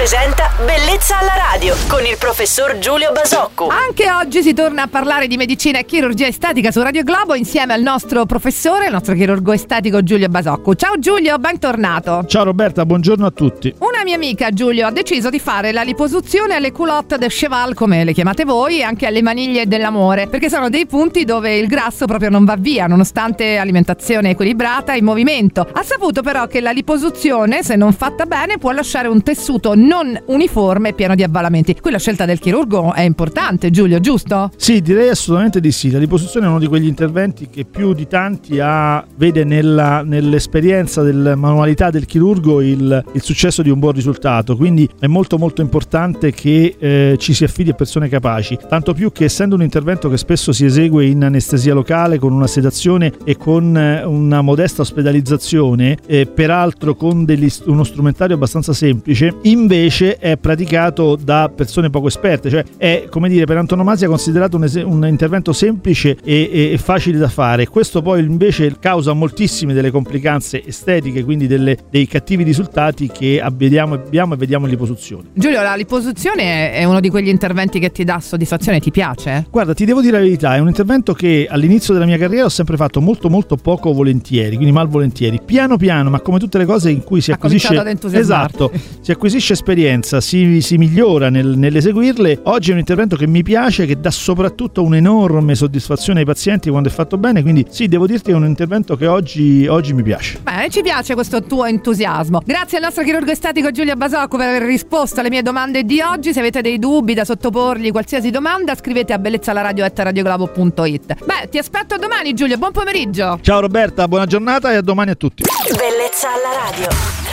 presenta Bellezza alla radio con il professor Giulio Basocco. Anche oggi si torna a parlare di medicina e chirurgia estetica su Radio Globo insieme al nostro professore, il nostro chirurgo estetico Giulio Basocco. Ciao Giulio, bentornato. Ciao Roberta, buongiorno a tutti. Una mia amica, Giulio, ha deciso di fare la liposuzione alle culotte de cheval, come le chiamate voi, e anche alle maniglie dell'amore, perché sono dei punti dove il grasso proprio non va via, nonostante alimentazione equilibrata e movimento. Ha saputo però che la liposuzione, se non fatta bene, può lasciare un tessuto non uniforme e pieno di avvalamenti. Qui la scelta del chirurgo è importante, Giulio, giusto? Sì, direi assolutamente di sì. La liposuzione è uno di quegli interventi che più di tanti vede nell'esperienza della manualità del chirurgo il successo di un buon risultato, quindi è molto molto importante che ci si affidi a persone capaci, tanto più che essendo un intervento che spesso si esegue in anestesia locale con una sedazione e con una modesta ospedalizzazione, peraltro con uno strumentario abbastanza semplice, invece è praticato da persone poco esperte, cioè è, come dire, per antonomasia considerato un intervento semplice e facile da fare. Questo poi invece causa moltissime delle complicanze estetiche, quindi dei cattivi risultati che abbiamo e vediamo in liposuzione. Giulio, la liposuzione è uno di quegli interventi che ti dà soddisfazione, ti piace? Guarda, ti devo dire la verità, è un intervento che all'inizio della mia carriera ho sempre fatto molto molto poco volentieri, quindi malvolentieri. Piano piano, ma come tutte le cose in cui si acquisisce, esatto, si acquisisce esperienza, si migliora nell'eseguirle. Oggi è un intervento che mi piace, che dà soprattutto un'enorme soddisfazione ai pazienti quando è fatto bene, quindi sì, devo dirti che è un intervento che oggi mi piace. Beh, ci piace questo tuo entusiasmo. Grazie al nostro chirurgo estetico Giulio Basocco per aver risposto alle mie domande di oggi. Se avete dei dubbi da sottoporgli, qualsiasi domanda, scrivete a bellezzalaradio@radioglobo.it. Beh, ti aspetto domani, Giulio, buon pomeriggio. Ciao Roberta, buona giornata e a domani a tutti. Bellezza alla radio.